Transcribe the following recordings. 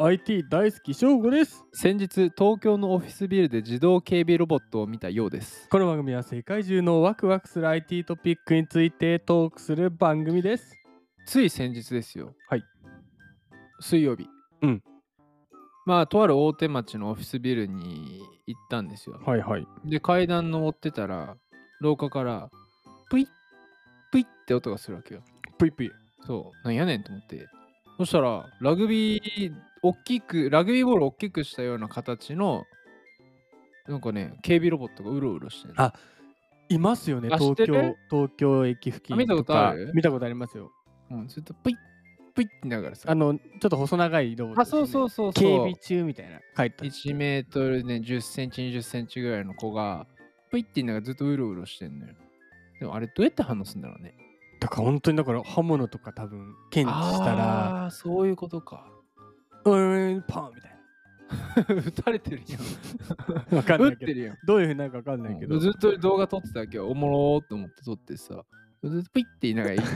IT 大好き翔吾です。 先日東京のオフィスビルで自動警備ロボットを見たようです。 この番組は世界中のワクワクする IT トピックについてトークする番組です。 つい先日ですよ。 はい。 水曜日。 うん。 とある大手町のオフィスビルに行ったんですよ。 はいはい。 で、階段登ってたら、廊下からプイップイッって音がするわけよ。 ぷいぷい。 そう、なんやねんと思って。そしたら、ラグビーボールを大きくしたような形の、なんかね、警備ロボットがうろうろしてる。 あ、いますよね。 あ、知ってる？ 東京駅付近見たこととかある？ 見たことありますよ。 ずっとプイップイッって言いながらさ。 ちょっと細長いロボットあ、 ですよね。 そう。 警備中みたいな書いてある。 1メートルで10センチ、20センチぐらいの子が、プイって言いながらずっとうろうろしてんのよ。でもあれどうやって反応するんだろうね。 だから本当に刃物とか多分検知したら、 そういうことか。 パンみたい撃たれてるやん。 な。わかんないけど。 撃ってるやん。 どういう風になるかわかんないけど。 ずっと動画撮ってたわけよ。おもろーと思って撮ってさ。ずっとプイって言いながら言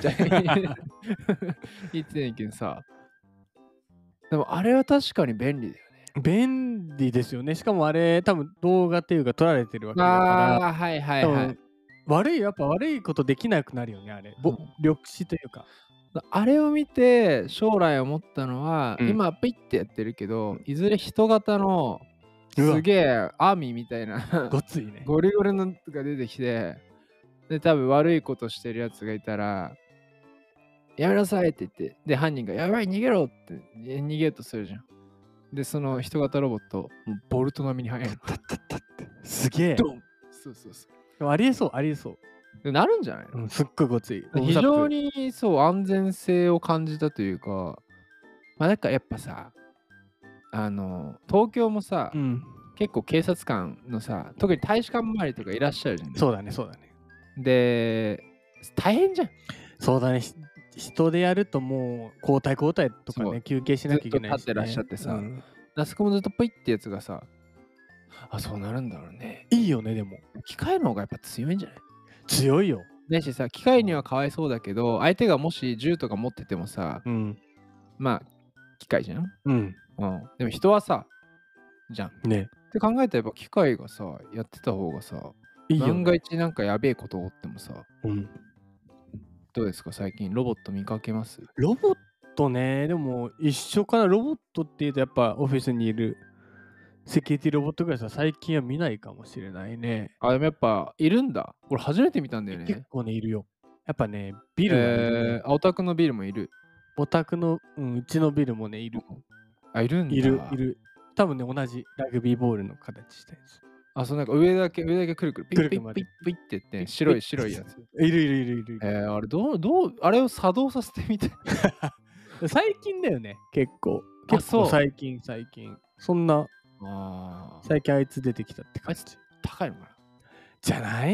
ってんねんけどさ。でもあれは確かに便利だよね。 便利ですよね。しかもあれ多分動画っていうか撮られてるわけだからはい。 やっぱ悪いことできなくなるよね、あれ。 うん緑視というか。 あれを見て将来思ったのは、 うん今ピッてやってるけど、いずれ人型のうわすげえアーミーみたいなごついね。 ゴリゴリのが出てきて、で多分悪いことしてるやつがいたら、やめなさいって言って、で犯人がやばい逃げろって逃げようとするじゃん。でその人型ロボット、もうボルト並みに速いの。 タッタッタッってすげえ。 ドン。そう。 でもありえそう、ありえそう。 でなるんじゃないの？ すっごいごつい。 非常にそう安全性を感じたというか、なんかやっぱさ、東京もさ、結構警察官のさ、特に大使館周りとかいらっしゃるじゃん。 そうだね。 で、大変じゃん。 そうだね。人でやるともう交代とかね、休憩しなきゃいけないし、ね。 ずっと立ってらっしゃってさ、あそこもずっとプイってやつがさ、そうなるんだろうね。 いいよね、でも。 機械の方がやっぱ強いんじゃない？ 強いよ。 だしさ、機械にはかわいそうだけど、相手がもし銃とか持っててもさ、機械じゃん。でも人はさ、じゃん。 ね。 って考えたらやっぱ機械がさ、やってた方がさ、 いいよね。 万が一なんかやべえこと起ってもさ、どうですか最近ロボット見かけます？ ロボットね、でも一緒かな。ロボットっていうとやっぱオフィスにいるセキュリティロボットぐらいさ、最近は見ないかもしれないね。 でもやっぱいるんだ。俺初めて見たんだよね。 結構ね、いるよ。やっぱね、ビルはいるね。 お宅のビルもいる。 お宅の、うちのビルもね、いる。 いるんだ。 いる。多分ね、同じラグビーボールの形したやつ。 なんか上だけくるくるピッピッピッピッって言って白いやつ。 いる。 あれあれを作動させてみて。 最近だよね、結構最近。そんな、最近あいつ出てきたって感じ。 高いのかな？ じゃない？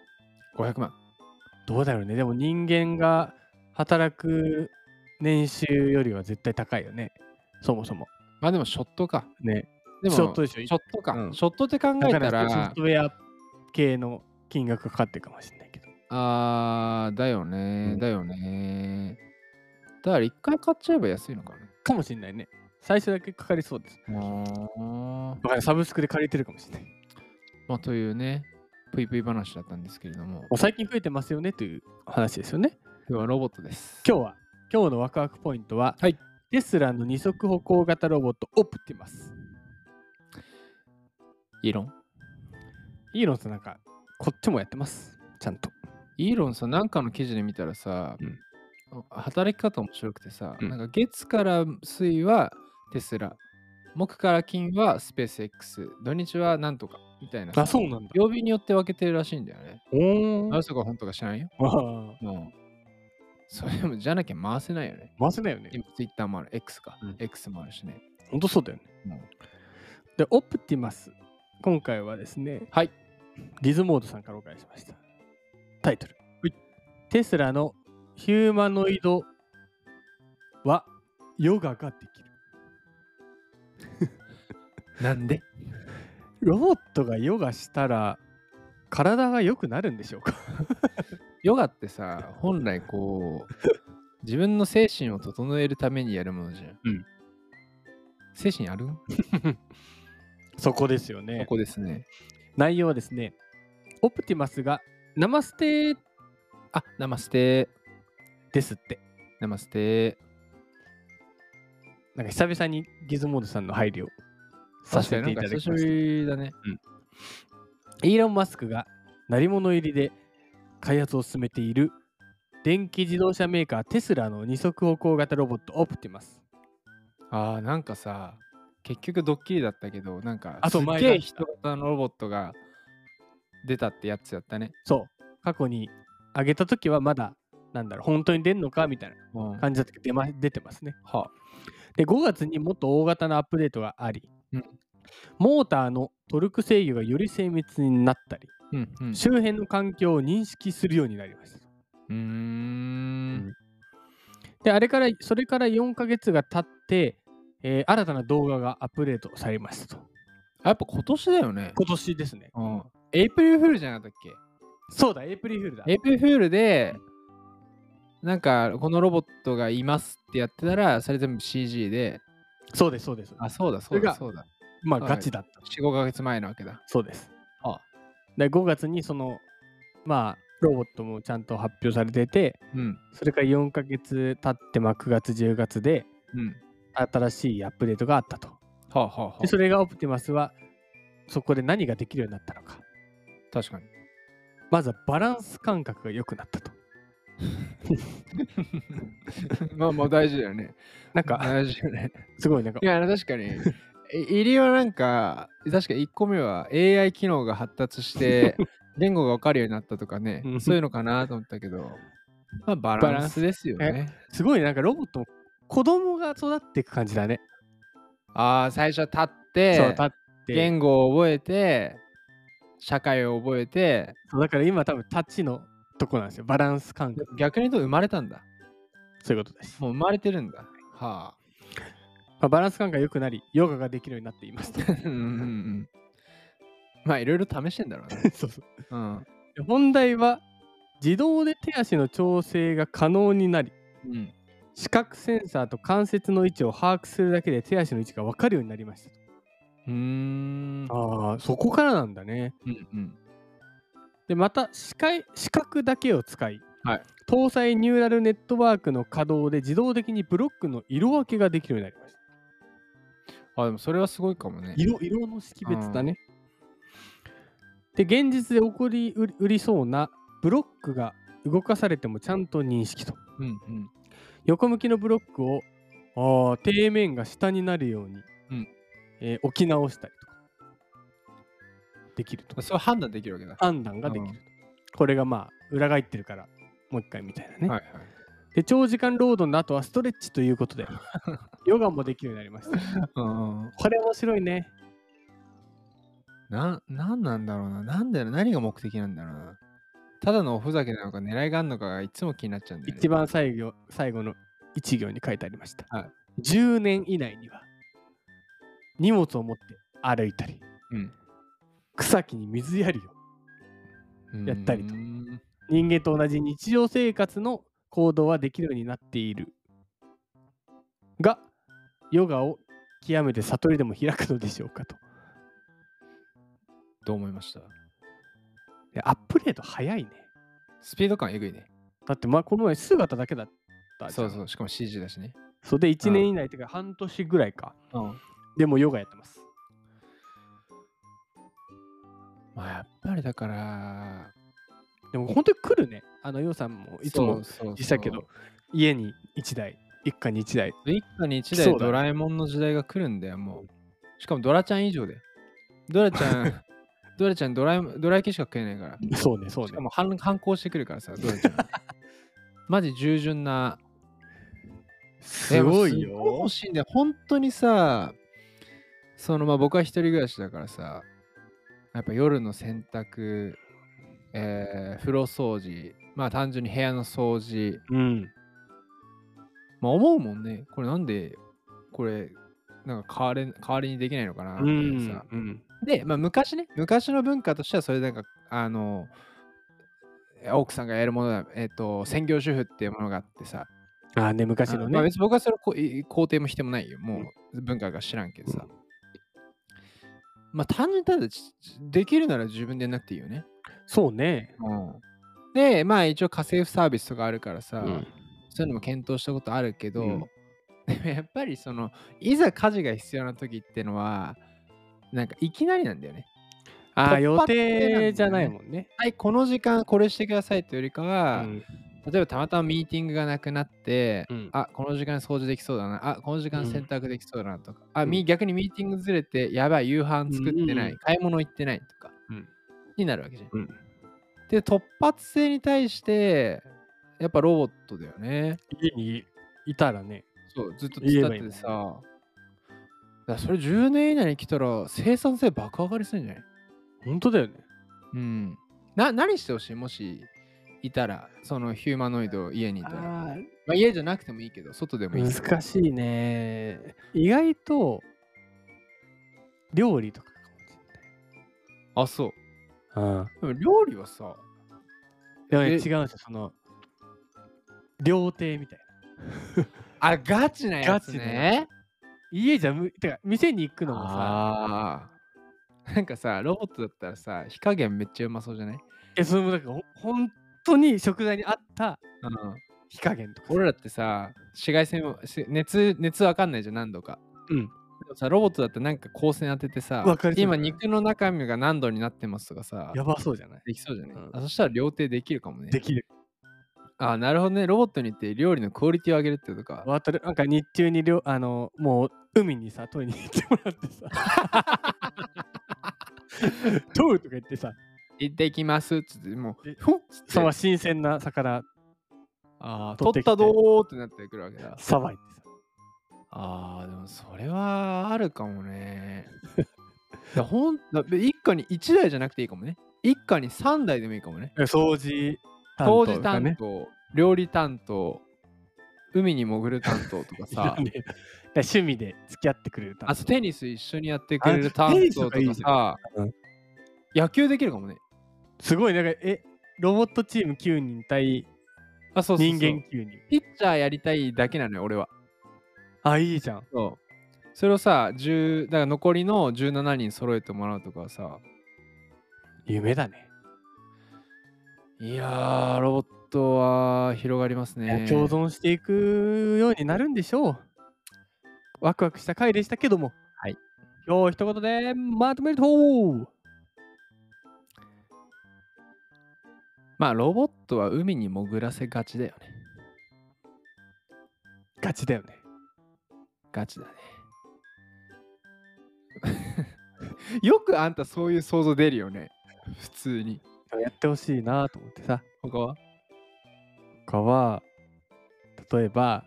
500万。 どうだろうね。でも人間が働く年収よりは絶対高いよね。そもそも。 でもショットか。 ね。 でもショットでしょ。 ショットか。ショットって考えたら、 ソフトウェア系の金額かかってるかもしれないけど。 だよね。だから一回買っちゃえば安いのかな。 かもしれないね。最初だけかかりそうです。サブスクで借りてるかもしれない。 というね、ぷいぷい話だったんですけれども。 最近増えてますよねという話ですよね。 今日はロボットです。 今日のワクワクポイントは、テスラの二足歩行型ロボットオプティマス。イーロンさんなんかこっちもやってます。ちゃんと。 イーロンさんなんかの記事で見たらさ、働き方面白くてさ、なんか月から水はテスラ、木から金はスペース X、土日はなんとかみたいな。 そうなんだ。 曜日によって分けてるらしいんだよね。そこは本当か知らんよ。それでもじゃなきゃ回せないよね。 回せないよね。 今 Twitter もある、X か。X もあるしね。 ほんとそうだよね。で、オプティマス。今回はですね、リズモードさんからお借りしました。タイトル。テスラのヒューマノイドはヨガができる。 なんで？ ロボットがヨガしたら体が良くなるんでしょうか？ ヨガってさ、本来こう自分の精神を整えるためにやるものじゃん。 精神ある？ そこですよそね。 こですね。 内容はですね、オプティマスがナマステあ、ナマステ。 ですって。 ナマステ。 なんか久々にギズモードさんの配慮をさせていただきました。 久しぶりだね。 イーロン・マスクが鳴り物入りで開発を進めている電気自動車メーカーテスラの二足歩行型ロボットオプティマス。 ああ、なんかさ、結局ドッキリだったけど、なんかあとすっげえ人型のロボットが出たってやつやったね。 そう。過去に上げたときはまだ、なんだろう、本当に出んのかみたいな感じだったけど、出てますね。 はあ、 で、5月にもっと大型なアップデートがあり、 うんモーターのトルク制御がより精密になったり、 うんうん。 周辺の環境を認識するようになりました。で、それから4ヶ月が経って、新たな動画がアップデートされましたと。 やっぱ今年だよね。 今年ですね。 エイプリルフールじゃなかったっけ？ そうだ、エイプリルフールだ。 エイプリルフールで、なんかこのロボットがいますってやってたら、それ全部 CG で。 そうです、そうです。 あ、そうだ、そうだ、そうだ。 まあ、ガチだった。 4、5ヶ月前なわけだ。 そうです。で、5月にまあ、ロボットもちゃんと発表されてて、それから4ヶ月経って、まあ、9月、10月で、新しいアップデートがあったと。で、それがオプティマスは、そこで何ができるようになったのか。 確かに。 まずはバランス感覚が良くなったと。 まあまあ大事だよね。 なんか、 大事よね。 すごいなんか。 いや、確かに。入りはなんか、確か1個目は AI 機能が発達して、言語が分かるようになったとかね、そういうのかなと思ったけど、まあバランスですよね。 すごいなんかロボットも子供が育っていく感じだね。 ああ、最初は立って、言語を覚えて、社会を覚えて。 そうだから今多分タッチのとこなんですよ。バランス感覚。 逆に言うと生まれたんだ。 そういうことです。 もう生まれてるんだ。はあ。バランス感覚が良くなり、ヨガができるようになっていますと。 まあいろいろ試してんだろうね。 そうそう。本題は自動で手足の調整が可能になり、視覚センサーと関節の位置を把握するだけで手足の位置が分かるようになりましたと。ああ、そこからなんだね。で、また視覚だけを使い、搭載ニューラルネットワークの稼働で自動的にブロックの色分けができるようになりました。 あ、でもそれはすごいかもね。 色の識別だね。で、現実で起こりうりそうなブロックが動かされてもちゃんと認識と。横向きのブロックを底面が下になるように、置き直したりとかできると。 それ判断できるわけだ。 判断ができると。これがまあ裏返ってるからもう一回みたいなね。で、長時間労働の後はストレッチということでヨガもできるようになりました。これ面白いね。 なんなんだろうな。何が目的なんだろうな。ただのおふざけなのか狙いがあるのかがいつも気になっちゃうんだよね。 一番最後の一行に書いてありました。10年以内には荷物を持って歩いたり、草木に水やりをやったりと、人間と同じ日常生活の行動はできるようになっているが、ヨガを極めて悟りでも開くのでしょうかと。 どう思いました？ アップデート早いね。 スピード感えぐいね。 だってこの前姿だけだったじゃん。そう、しかも CG だしね。 そうで1年以内というか半年ぐらいか。でもヨガやってます。 まあやっぱりだから、 でも本当に来るね。ヨウさんもいつも言ってたけど、家に1台、一家に1台。 一家に1台ドラえもんの時代が来るんだよ、もう。しかもドラちゃん以上で。ドラちゃんドラ焼きしか食えないから。 そうね。 しかも反抗してくるからさ、ドラちゃん。マジ従順な。 すごいよ。 欲しいね。本当にさ、まあ僕は一人暮らしだからさ、やっぱ夜の洗濯、風呂掃除、まあ単純に部屋の掃除。まあ思うもんね。これなんで、なんか代わりにできないのかなってさ。で、まあ昔の文化としてはそれなんか、奥さんがやるものだ、専業主婦っていうものがあってさ、 ああね、昔のね。 別に僕はそれ肯定も否定もないよ。もう文化が知らんけどさ。単純にただできるなら自分でやんなくていいよね。 そうね。 で、一応家政婦サービスとかあるからさ、そういうのも検討したことあるけど、でもやっぱりいざ家事が必要な時ってのは、なんかいきなりなんだよね。 予定じゃないもんね。 はい、この時間これしてくださいというよりかは、例えばたまたまミーティングがなくなって、この時間掃除できそうだな、この時間洗濯できそうだなとか、逆にミーティングずれて、やばい、夕飯作ってない、買い物行ってないとか、になるわけじゃん。で、突発性に対して、やっぱロボットだよね。 家にいたらね。 そう、ずっと伝っててさ、それ10年以内に来たら生産性爆上がりするんじゃない？ 本当だよね。 何してほしい？もしいたら、そのヒューマノイド家にいたら。家じゃなくてもいいけど、外でもいいけど。 難しいね。意外と料理とかかもしれない。そう。でも料理はさ、 違うんですよ。料亭みたいな。ガチなやつね。 家じゃてか店に行くのもさ。 なんかさ、ロボットだったらさ、火加減めっちゃうまそうじゃない？ それもなんか本当に食材に合った火加減とか。 俺らってさ、紫外線を熱わかんないじゃん、何度か。でもさ、ロボットだってなんか光線当ててさ、今肉の中身が何度になってますとかさ、 やばそうじゃない？ できそうじゃない？そしたら料亭できるかもね。 できる。 なるほどね。ロボットにって料理のクオリティを上げるってことか。 なんか日中にもう海にさ、取りに行ってもらってさ取るとか言ってさ、 行ってきますっつって、もうその新鮮な魚取ったどーってなってくるわけだ。 さばいてさ。でもそれはあるかもね。一家に1台じゃなくていいかもね。一家に3台でもいいかもね。 掃除担当、料理担当、海に潜る担当とかさ。 趣味で付き合ってくれる担当。 テニス一緒にやってくれる担当とかさ。野球できるかもね。 すごい、ロボットチーム9人対人間9人。 ピッチャーやりたいだけなのよ、俺は。 いいじゃん。 それをさ、だから残りの17人揃えてもらうとかさ。 夢だね。 いやー、ロボットは広がりますね。 共存していくようになるんでしょう。ワクワクした回でしたけども。今日一言でまとめると、 ロボットは海に潜らせがちだよね。 ガチだよね。 ガチだね。よくあんたそういう想像出るよね。普通に。 やってほしいなと思ってさ。 他は例えば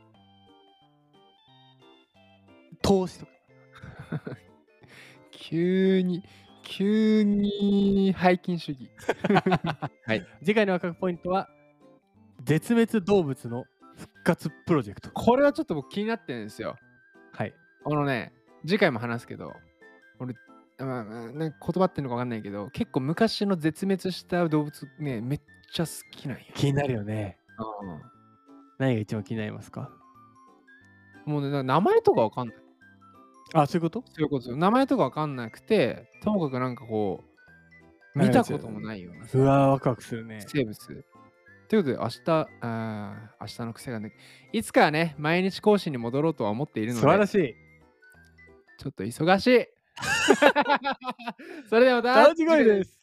投資とか。 急に背筋主義。 次回のワクワクポイントは絶滅動物の復活プロジェクト。 これはちょっと僕気になってるんですよ。次回も話すけど、俺なんか言葉っていうのか分かんないけど、結構昔の絶滅した動物ね、めっちゃ好きなんよ。 気になるよね。何が一番気になりますか？ もうね、名前とか分かんない。 そういうこと？ そういうこと。名前とか分かんなくて、ともかくなんかこう、見たこともないような。 ワクワクするね。 生物。ということで、明日の癖がね、いつかはね、毎日講師に戻ろうとは思っているので、 素晴らしい。 ちょっと忙しい。それではまた楽しみです。